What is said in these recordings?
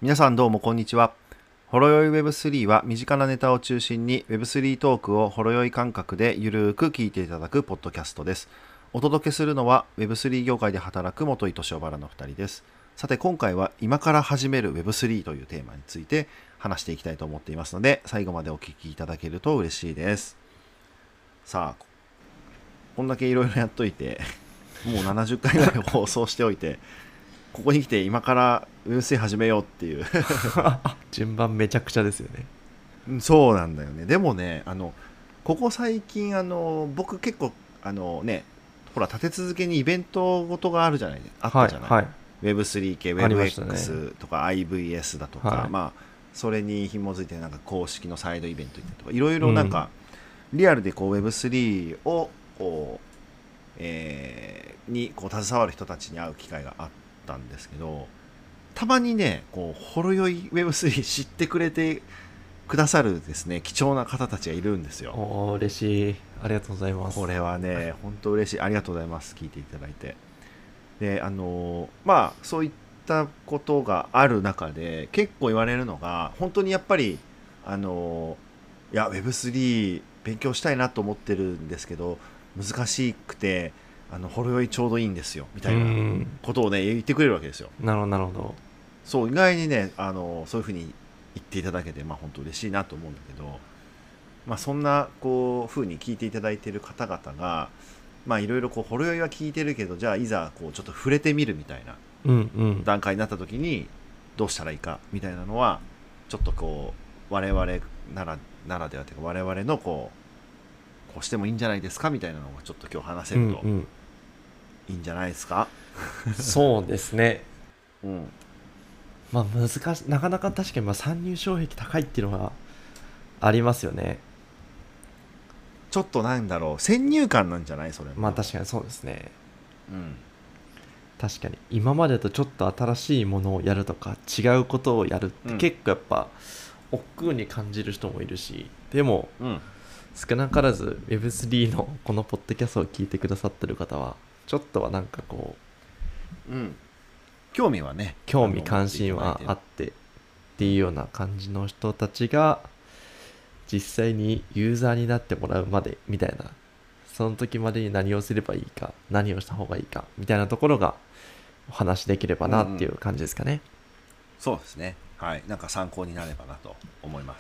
皆さんどうもこんにちは。ほろよい Web3 は身近なネタを中心に Web3 トークをほろよい感覚でゆるーく聞いていただくポッドキャストです。お届けするのは Web3 業界で働く元井敏夫原の2人です。さて今回は今から始める Web3 というテーマについて話していきたいと思っていますので、最後までお聞きいただけると嬉しいです。さあ、こんだけいろいろやっといて、もう70回ぐらい放送しておいて、ここに来て今から Web3 始めようっていう順番めちゃくちゃですよね。 そうなんだよね。でもね、ここ最近、僕結構、ほら、立て続けにイベントごとがあるじゃない、あったじゃない。 はい Web3 系、 ありましたね。 WebX とか IVS だとか、 はいまあ、それに紐づいて、なんか公式のサイドイベント行ったりとか、いろいろなんか、リアルでこう Web3 を、こう、にこう携わる人たちに会う機会があったんですけど、たまにね、こう、ほろ酔い Web3 知ってくれてくださるですね、貴重な方たちがいるんですよ。 おー嬉しい。ありがとうございます。 これはね、本当嬉しい。ありがとうございます。聞いていただいて。で、まあ、そういったことがある中で、結構言われるのが、本当にやっぱり、いや、Web3 勉強したいなと思ってるんですけど、難しくて、ほろ酔いちょうどいいんですよ、みたいなことをね、言ってくれるわけですよ。 なるほどなるほど。 そう、意外にね、そういうふうに言っていただけて、まあ、本当嬉しいなと思うんだけど、まあ、そんなこう風に聞いていただいている方々が、まあ、いろいろこうほろ酔いは聞いてるけど、じゃあいざこうちょっと触れてみるみたいな段階になった時にどうしたらいいかみたいなのは、ちょっとこう我々ならではというか、我々のこうしてもいいんじゃないですかみたいなのがちょっと今日話せるといいんじゃないですか。 そうですね。 うん、 まあ難しい。なかなか確かに参入障壁高いっていうのがありますよね。 ちょっとなんだろう、先入観なんじゃないそれも。 まあ確かにそうですね。 うん、 確かに今までとちょっと新しいものをやるとか違うことをやるって結構やっぱ億劫に感じる人もいるし、でもうん、 少なからず Web3 のこのポッドキャストを聞いてくださってる方はちょっとはなんかこううん、興味はね、 興味関心はあってっていうような感じの人たちが実際にユーザーになってもらうまでみたいな、その時までに何をすればいいか、何をした方がいいかみたいなところがお話できればなっていう感じですかね。 そうですね。はい。なんか参考になればなと思います。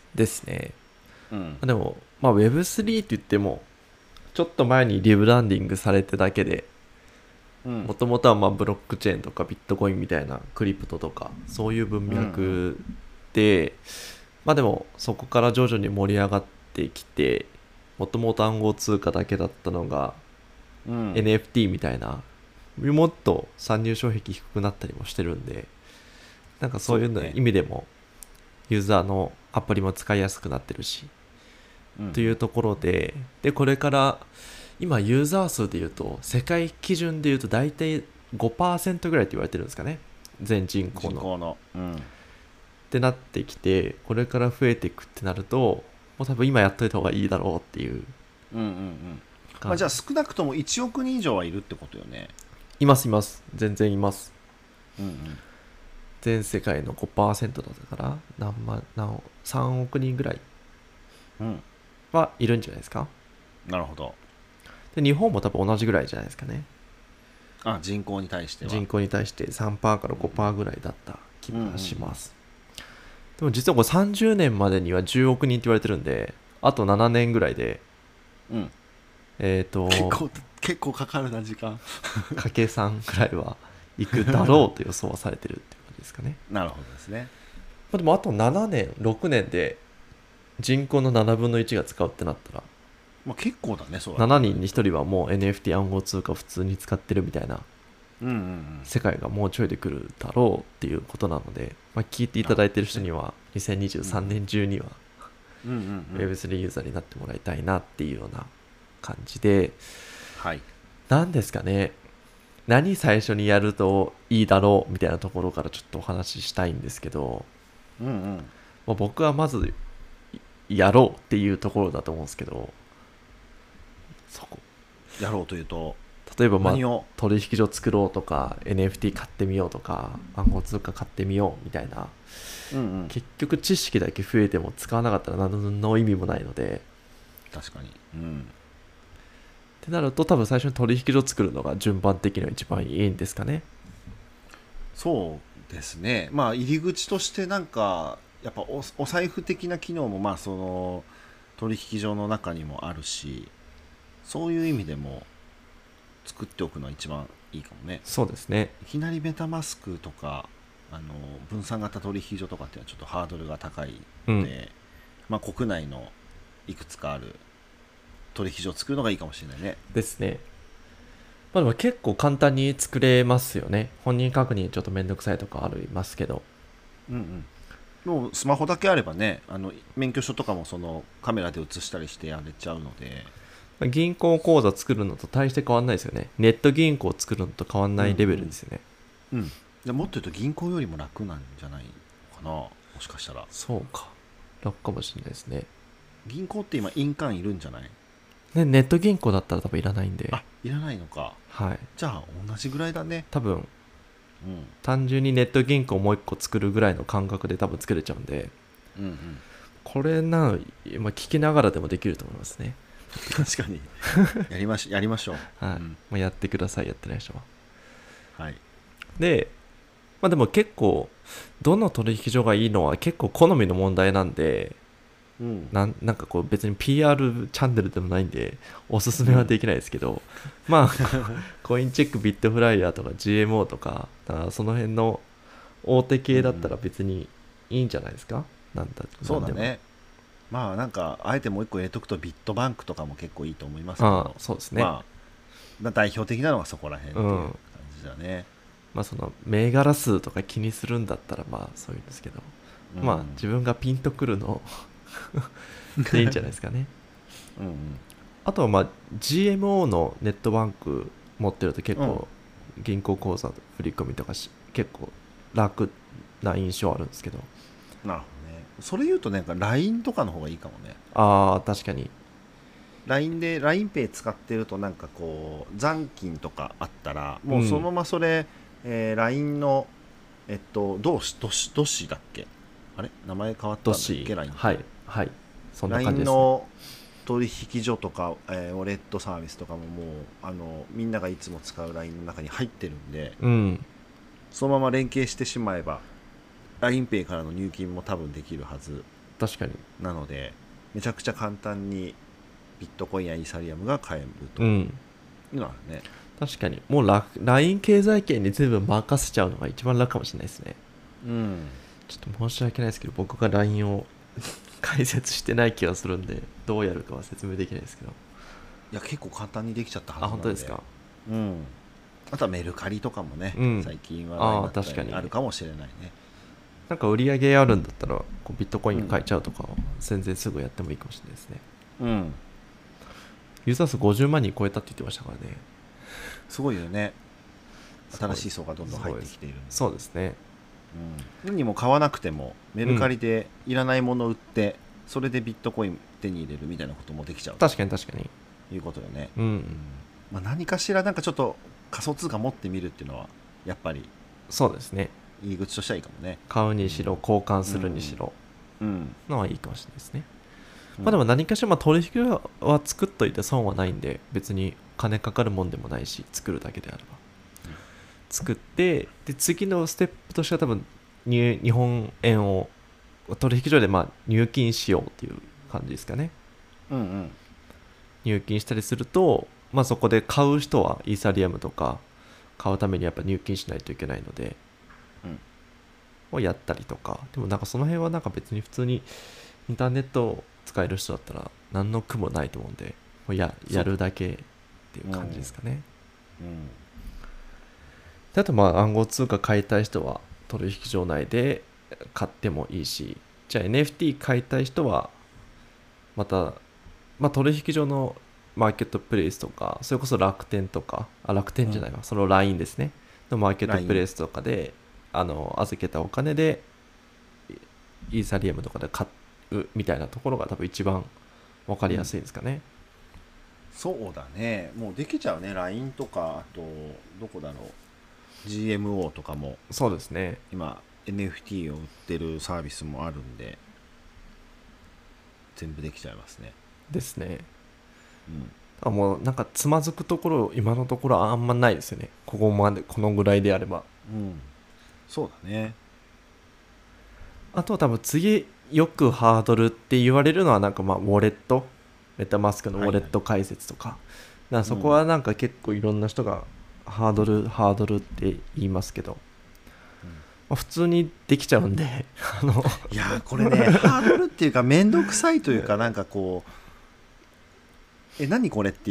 ですね。 うん。 でも、Web3 って言ってもちょっと前にリブランディングされてだけで、 うん。 もともとはブロックチェーンとかビットコインみたいなクリプトとかそういう文脈で、でもそこから徐々に盛り上がってきて、もともと暗号通貨だけだったのが、 うん。 NFT みたいな、もっと参入障壁低くなったりもしてるんで、なんかそういうの意味でもユーザーのアプリも使いやすくなってるし、というところで、これから今ユーザー数でいうと世界基準でいうと大体 5% ぐらいって言われてるんですかね、全人口の。ってなってきて、これから増えていくってなると、もう多分今やっといた方がいいだろうっていう。 まあ、じゃあ少なくとも1億人以上はいるってことよね。 いますいます、全然います。 うんうん。 全世界の 5% だったから3億人ぐらいはいるんじゃないですか。 なるほど。 で日本も多分同じぐらいじゃないですかね。 あ、人口に対しては。 人口に対して 3% から 5% ぐらいだった気がします。でも実はこれ30年までには10億人って言われてるんで、あと7年ぐらいで、 結構かかるな時間。 かけ3ぐらいはいくだろうと予想はされてるっていう感じですかね。 なるほどですね。 でもあと7年6年で人口の7分の1が使うってなったら、 結構だね。そう 7人に1人はもう NFT 暗号通貨普通に使ってるみたいな世界がもうちょいで来るだろうっていうことなので、聞いていただいてる人には2023年中には Web3 ユーザーになってもらいたいなっていうような感じで、なんですかね、何最初にやるといいだろうみたいなところからちょっとお話ししたいんですけど、僕はまずやろうっていうところだと思うんですけど、そこやろうというと、 例えば何を取引所作ろうとか NFT 買ってみようとか暗号通貨買ってみようみたいな、 うんうん、 結局知識だけ増えても使わなかったら何の意味もないので、 確かに、うん、 ってなると多分最初に取引所作るのが順番的には一番いいんですかね。 そうですね。まあ入り口としてなんかやっぱお財布的な機能もまあその取引所の中にもあるし、そういう意味でも作っておくのは一番いいかもね。 そうですね。 いきなりメタマスクとか分散型取引所とかっていうのはちょっとハードルが高いので、まあ国内のいくつかある取引所を作るのがいいかもしれないね。 ですね。まあでも結構簡単に作れますよね。本人確認ちょっとめんどくさいとかありますけど。 うんうん。もうスマホだけあればね、免許証とかもそのカメラで写したりしてやれちゃうので、 銀行口座作るのと大して変わんないですよね。ネット銀行作るのと変わんないレベルですよね。 でもっと言うと銀行よりも楽なんじゃないかな、もしかしたら。 そうか。楽かもしれないですね。 銀行って今印鑑いるんじゃない？ ね、ネット銀行だったら多分いらないんで。 あ、いらないのか。 はい。 じゃあ同じぐらいだね。 多分、 うん。 単純にネット銀行をもう一個作るぐらいの感覚で多分作れちゃうんで、 うんうん。 これまあ、聞きながらでもできると思いますね。 確かに。やりましょう。 はい。 うんまあ、やってください、やってない人は。 はい。 で、まあでも結構、どの取引所がいいのは結構好みの問題なんで、 うん。 なんかこう別に PR チャンネルでもないんでおすすめはできないですけど、まあコインチェックビットフライヤーとか GMO とかその辺の大手系だったら別にいいんじゃないですか、なんだそうだね。まあなんかあえてもう一個入れとくとビットバンクとかも結構いいと思いますけど、 ああそうですね、 まあ代表的なのはそこら辺っていう感じだね。 まあその銘柄数とか気にするんだったらまあそういうんですけど、まあ自分がピンとくるのでいいんじゃないですかね。 うんうん。 あとはまあ GMO のネットバンク持ってると結構銀行口座振り込みとか結構楽な印象あるんですけど。 なるほどね。それ言うとなんか LINE とかの方がいいかもね。 ああ確かに。 LINE で LINEPay 使ってるとなんかこう残金とかあったらもうそのままそれ、LINE のどうしだっけ、あれ名前変わったんだっけ LINE はいはい、そんな感じ LINE ですね。 の取引所とか、ウォレットサービスとかももうみんながいつも使う LINE の中に入ってるんで、そのまま連携してしまえば LINEPay からの入金も多分できるはず確かに。 なのでめちゃくちゃ簡単にビットコインやイーサリアムが買えるというのはね、 確かにもうLINE 経済圏に全部任せちゃうのが一番楽かもしれないですね。ちょっと申し訳ないですけど僕が LINE を解説してない気がするんでどうやるかは説明できないですけど、 いや結構簡単にできちゃったはずなので。 本当ですか。 あとはメルカリとかもね、最近は確かにあるかもしれないね。 なんか売り上げあるんだったらこうビットコイン買えちゃうとか全然すぐやってもいいかもしれないですね。ユーザー数50万人超えたって言ってましたからね。 すごいよね。新しい層がどんどん入ってきている。 そうですね。 何も買わなくてもメルカリでいらないものを売って、それでビットコイン手に入れるみたいなこともできちゃう。 確かに確かに。 いうことよね。 まあ、何かしらなんかちょっと仮想通貨持ってみるっていうのはやっぱりそうですね。 入り口としてはいいかもね。 買うにしろ交換するにしろのはいいかもしれないですね。まあでも何かしら取引は作っといて損はないんで別に金かかるもんでもないし作るだけであれば、作ってで次のステップとしては多分日本円を取引所でまあ入金しようっていう感じですかね。入金したりすると、まあ、そこで買う人はイーサリアムとか買うためにやっぱ入金しないといけないので、をやったりとか。でもなんかその辺はなんか別に普通にインターネットを使える人だったら何の苦もないと思うんでもうやるだけっていう感じですかね。であとまあ暗号通貨買いたい人は取引所内で買ってもいいし、じゃあ NFT 買いたい人はまた、まあ、取引所のマーケットプレイスとかそれこそ楽天とか楽天じゃないわ、その LINE ですねのマーケットプレイスとかで預けたお金でイーサリアムとかで買うみたいなところが多分一番分かりやすいですかね。 そうだね、もうできちゃうね。 LINE とか、あとどこだろう、 GMO とかもそうですね。 今 NFT を売ってるサービスもあるんで、全部できちゃいますね。 ですね。 うん、 もうなんかつまずくところ今のところあんまないですよね。ここまでこのぐらいであれば。 そうだね。 あとは多分次よくハードルって言われるのはなんかウォレット、メタマスクのウォレット解説とか、だからそこはなんか結構いろんな人がハードルって言いますけど、普通にできちゃうんでいやこれねハードルっていうかめんどくさいというか、なんかこう何これっていう、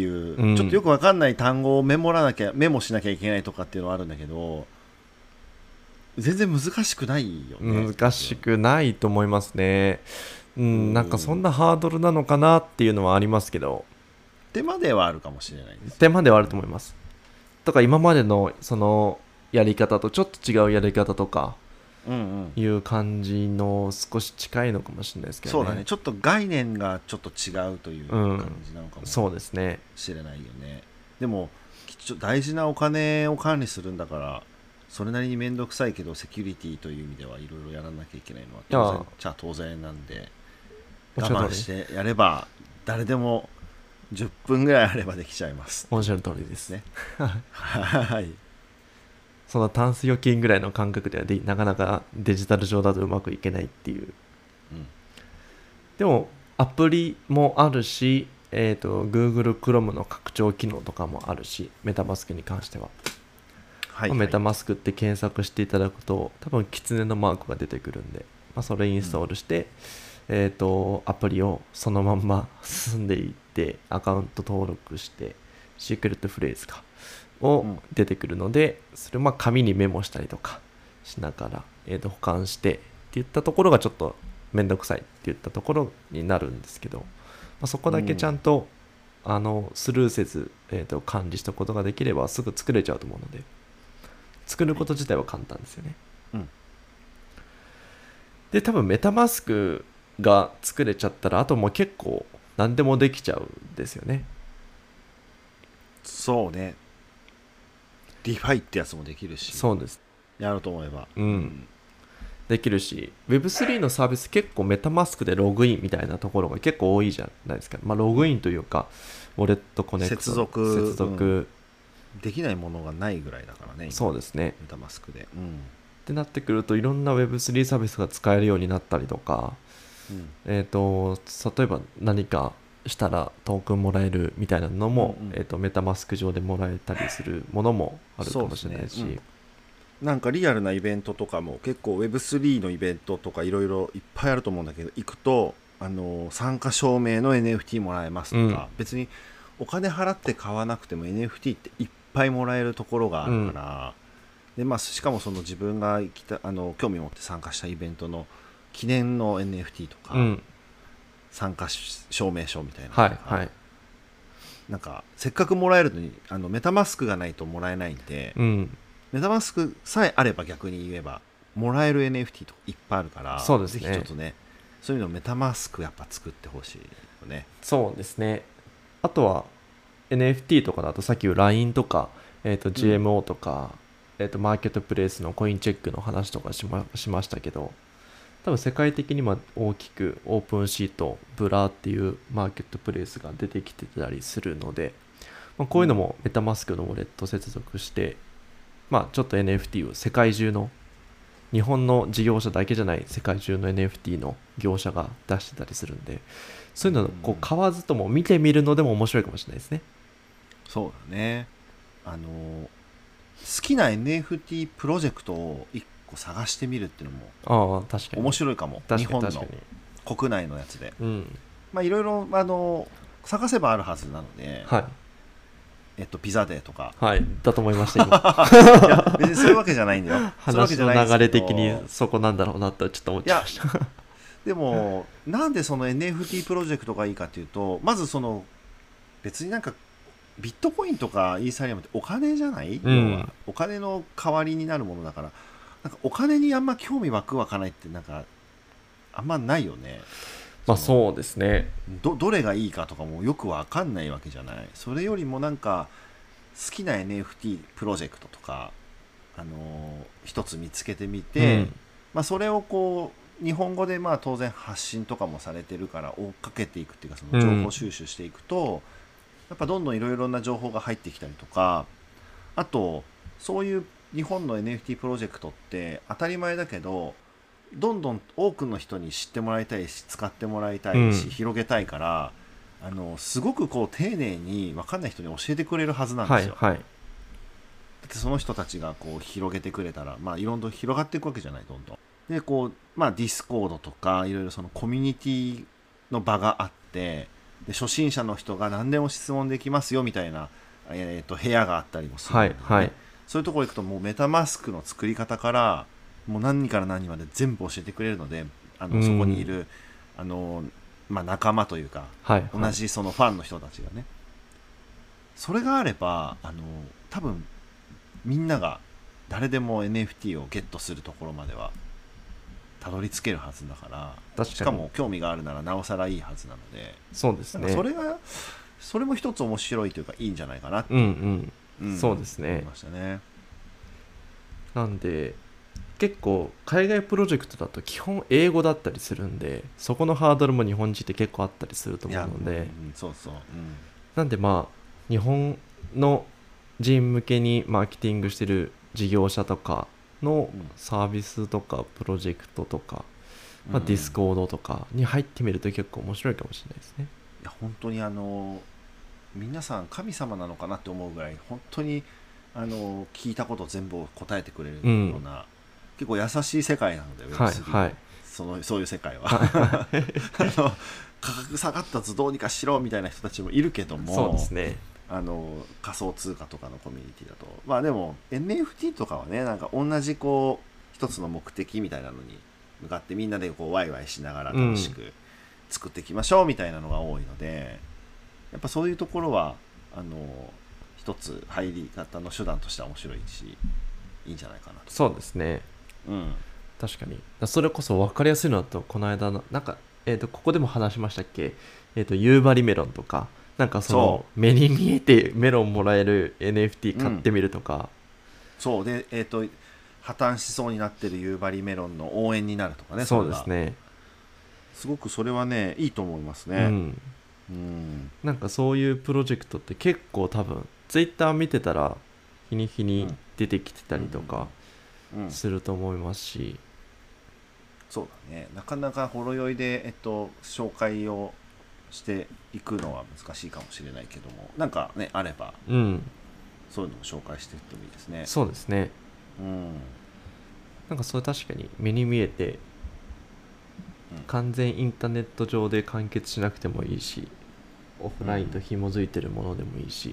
ちょっとよくわかんない単語をメモしなきゃいけないとかっていうのはあるんだけど、全然難しくないよね。 難しくないと思いますね。なんかそんなハードルなのかなっていうのはありますけど、 手間ではあるかもしれないです。 手間ではあると思います。とか今までのそのやり方とちょっと違うやり方とかいう感じの少し近いのかもしれないですけどね。 そうだね、ちょっと概念がちょっと違うという感じなのかもそうですね。 しれないよね。でも大事なお金を管理するんだから、それなりに面倒くさいけどセキュリティという意味ではいろいろやらなきゃいけないのは当然なんで、我慢してやれば誰でも10分ぐらいあればできちゃいます。 おっしゃる通りですね。 はい。 そのタンス預金ぐらいの感覚ではなかなかデジタル上だとうまくいけないっていう、でもアプリもあるし、Google Chrome の拡張機能とかもあるし、メタマスクに関しては、メタマスクって検索していただくと多分キツネのマークが出てくるんで、それインストールして、アプリをそのまんま進んでいってアカウント登録してシークレットフレーズを出てくるので、それを紙にメモしたりとかしながら、保管してっていったところがちょっとめんどくさいっていったところになるんですけど、そこだけちゃんと、スルーせず、管理したことができればすぐ作れちゃうと思うので、作ること自体は簡単ですよね。で多分メタマスクが作れちゃったらあともう結構何でもできちゃうんですよね。 そうね。ディファイってやつもできるし、 そうです。 やろうと思えば、 できるし、Web3 のサービス結構メタマスクでログインみたいなところが結構多いじゃないですか。ログインというか、ウォレットコネクト接続、できないものがないぐらいだからね。 そうですね。 メタマスクで、 ってなってくるといろんな Web3 サービスが使えるようになったりとか、例えば何かしたらトークンもらえるみたいなのも、メタマスク上でもらえたりするものもあるかもしれないし、 なんかリアルなイベントとかも結構 Web3 のイベントとかいろいろいっぱいあると思うんだけど、行くと参加証明の NFT もらえますとか、別にお金払って買わなくても NFT っていっぱいもらえるところがあるから、でしかもその自分が興味持って参加したイベントの記念の NFT とか、参加証明書みたいなのとか、なんかせっかくもらえるのにメタマスクがないともらえないんで、メタマスクさえあれば逆に言えばもらえる NFT とかいっぱいあるから、 そうですね、 ぜひちょっとね、そういうのメタマスクやっぱ作ってほしいよね。 そうですね。あとは NFT とかだとさっき言う LINE とか、GMO とか、マーケットプレイスのコインチェックの話とかしましたけど、多分世界的にも大きくオープンシート、ブラーっていうマーケットプレイスが出てきてたりするので、こういうのもメタマスクのウォレット接続して、ちょっと NFT を世界中の、日本の事業者だけじゃない世界中の NFT の業者が出してたりするんで、そういうのをこう買わずとも見てみるのでも面白いかもしれないですね。 そうだね。好きな NFT プロジェクトを1個探してみるっていうのも確かに面白いかも。日本の国内のやつで、いろいろ探せばあるはずなので、ピザデーとか、 だと思いました今いや別にそういうわけじゃないんだよ。 話の流れ的にそこなんだろうなとちょっと思っちゃいましたでもなんでその NFT プロジェクトがいいかっていうと、まず別になんかビットコインとかイーサリアムってお金じゃない、要はお金の代わりになるものだから、なんかお金にあんま興味湧かないってなんかあんまないよね。 まあそうですね。 どれがいいかとかもよくわかんないわけじゃない。それよりもなんか好きな NFT プロジェクトとか、一つ見つけてみて、まあ、それをこう日本語でまあ当然発信とかもされてるから追っかけていくっていうか、その情報収集していくと、やっぱどんどんいろいろな情報が入ってきたりとか、あとそういう日本の NFT プロジェクトって当たり前だけど、どんどん多くの人に知ってもらいたいし使ってもらいたいし、広げたいから、すごくこう丁寧に分かんない人に教えてくれるはずなんですよ。 はいはい、 だってその人たちがこう広げてくれたら、まあいろんな広がっていくわけじゃない、どんどん。でこう、まあ、ディスコードとかいろいろそのコミュニティの場があって、で初心者の人が何でも質問できますよみたいな、部屋があったりもするんで、ね、 はいはい、 そういうところ行くともうメタマスクの作り方からもう何から何まで全部教えてくれるので、そこにいるまあ、仲間というか、 はいはい、 同じそのファンの人たちがね、それがあれば多分みんなが誰でも NFT をゲットするところまではたどり着けるはずだから、 確かに、 しかも興味があるならなおさらいいはずなので、 そうですね、 それも一つ面白いというかいいんじゃないかなって、 そうですね、 思いましたね。 なんで結構海外プロジェクトだと基本英語だったりするんで、そこのハードルも日本人って結構あったりすると思うので、 そうそう、 なんでまあ日本の人向けにマーケティングしてる事業者とかのサービスとかプロジェクトとか、まあ、ディスコードとかに入ってみると結構面白いかもしれないですね。 いや本当に皆さん神様なのかなって思うぐらい本当に聞いたこと全部答えてくれるような、結構優しい世界なので、Web3、 はいはい、 そういう世界は価格下がったぞどうにかしろみたいな人たちもいるけども、 そうですね、 仮想通貨とかのコミュニティだと、まあでも NFT とかはね、なんか同じこう一つの目的みたいなのに向かってみんなでこうワイワイしながら楽しく作っていきましょうみたいなのが多いので、やっぱそういうところは一つ入り方の手段としては面白いしいいんじゃないかなと。 そうですね、確かに。それこそ分かりやすいのだと、この間のなんか、ここでも話しましたっけ、夕張メロンとか、なんかその目に見えてメロンもらえる NFT 買ってみるとか、 そうで破綻しそうになってる夕張メロンの応援になるとかね。 そうですね、 すごくそれはねいいと思いますね。 なんかそういうプロジェクトって結構多分ツイッター見てたら日に日に出てきてたりとかすると思いますし、 そうだね、なかなかほろ酔いで、紹介をしていくのは難しいかもしれないけども、なんかねあれば、そういうのを紹介していってもいいですね。 そうですね、なんかそれ確かに目に見えて、完全インターネット上で完結しなくてもいいし、オフラインと紐づいてるものでもいいし、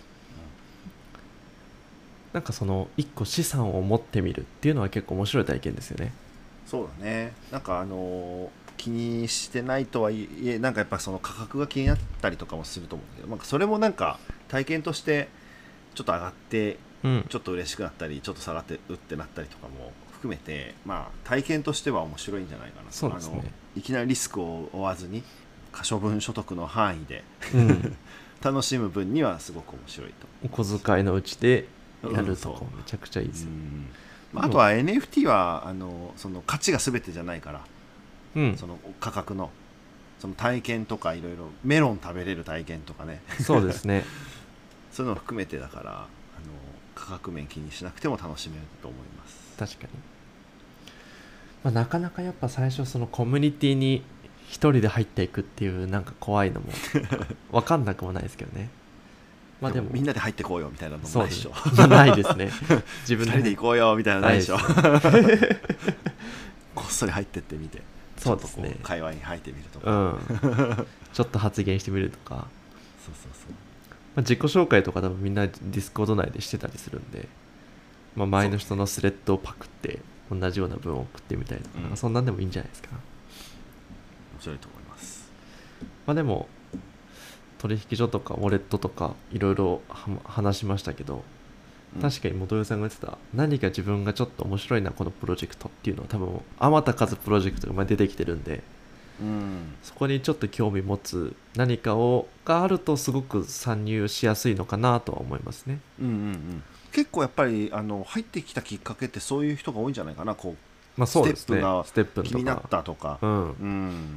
なんかその一個資産を持ってみるっていうのは結構面白い体験ですよね。 そうだね、なんか気にしてないとはいえ、なんかやっぱその価格が気になったりとかもすると思うんだけど、なんかそれもなんか体験としてちょっと上がって、ちょっと嬉しくなったりちょっと下がってうってなったりとかも含めて、まあ体験としては面白いんじゃないかな。 そうですね、 いきなりリスクを負わずに可処分所得の範囲で、楽しむ分にはすごく面白いと。 お小遣いのうちでやるとかめちゃくちゃいいですよ。 あとは NFT はその価値が全てじゃないから、その価格のその体験とかいろいろメロン食べれる体験とかね、 そうですねそういうのを含めてだから価格面気にしなくても楽しめると思います。 確かに、まあ、なかなかやっぱ最初そのコミュニティに一人で入っていくっていうなんか怖いのも分かんなくもないですけどね。まあでもみんなで入ってこうよみたいなのもないでしょ。 ないですね。自分 2人で行こうよみたいなのないでしょ。こっそり入ってってみて、 そうですね、 ちょっとこう会話に入ってみるとか、 ちょっと発言してみるとか、 そうそうそう、 まあ、自己紹介とか多分みんなディスコード内でしてたりするんで、まあ、前の人のスレッドをパクって同じような文を送ってみたりとか、なんかそんなんでもいいんじゃないですか。面白いと思います。 まあでも取引所とかウォレットとかいろいろ話しましたけど、確かに元代さんが言ってた何か自分がちょっと面白いなこのプロジェクトっていうのは多分あまた数プロジェクトが出てきてるんで、 うんそこにちょっと興味持つ何かがあるとすごく参入しやすいのかなとは思いますね。 うんうんうん、結構やっぱり入ってきたきっかけってそういう人が多いんじゃないかな。こまあうそうですね。 ステップが気になったとか、 うん、 うん、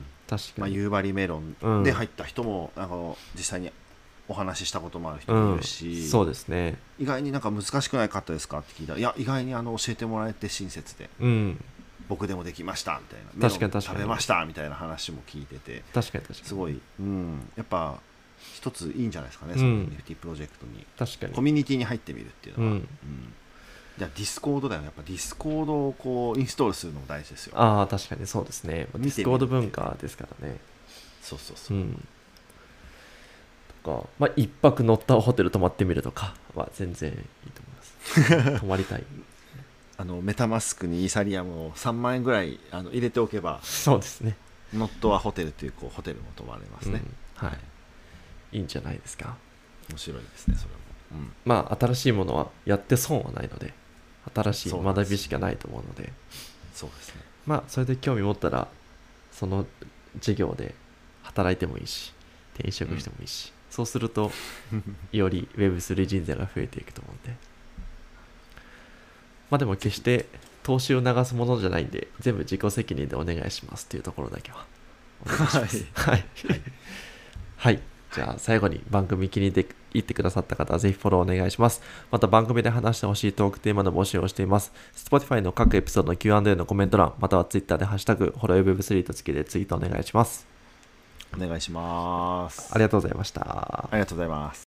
確かに、 夕張メロンで入った人もなんか実際にお話ししたこともある人もいるし、 そうですね。 意外になんか難しくないかったですかって聞いたら、いや意外に教えてもらえて親切で、僕でもできましたみたいな、 確かに確かに食べましたみたいな話も聞いてて、 確かにすごい、やっぱ一ついいんじゃないですかね、その NFT プロジェクトに確かにコミュニティに入ってみるっていうのは、じゃあディスコードだよね。やっぱディスコードをこうインストールするのも大事ですよ。 ああ確かにそうですね。ディスコード文化ですからね。 そうそうそう、 とか、まあ一泊乗ったホテル泊まってみるとかは全然いいと思います泊まりたいメタマスクにイーサリアムを3万円ぐらい入れておけば、 そうですね。 ノットはホテルというホテルも泊まれますね、 はいいいんじゃないですか。 面白いですね、それも、 まあ新しいものはやって損はないので、新しい学びしかないと思うので、 そうですね。 まあそれで興味持ったらその事業で働いてもいいし転職してもいいし、そうするとより Web3 人材が増えていくと思うんで、まあでも決して投資を流すものじゃないんで全部自己責任でお願いしますっていうところだけはお願いしますはいはい、じゃあ最後に番組気に入ってくださった方はぜひフォローお願いします。また番組で話してほしいトークテーマの募集をしています。 Spotify の各エピソードの Q&A のコメント欄、または Twitter でハッシュタグホロヨ Web3 とつけてツイートお願いします。 お願いします。 ありがとうございました。 ありがとうございます。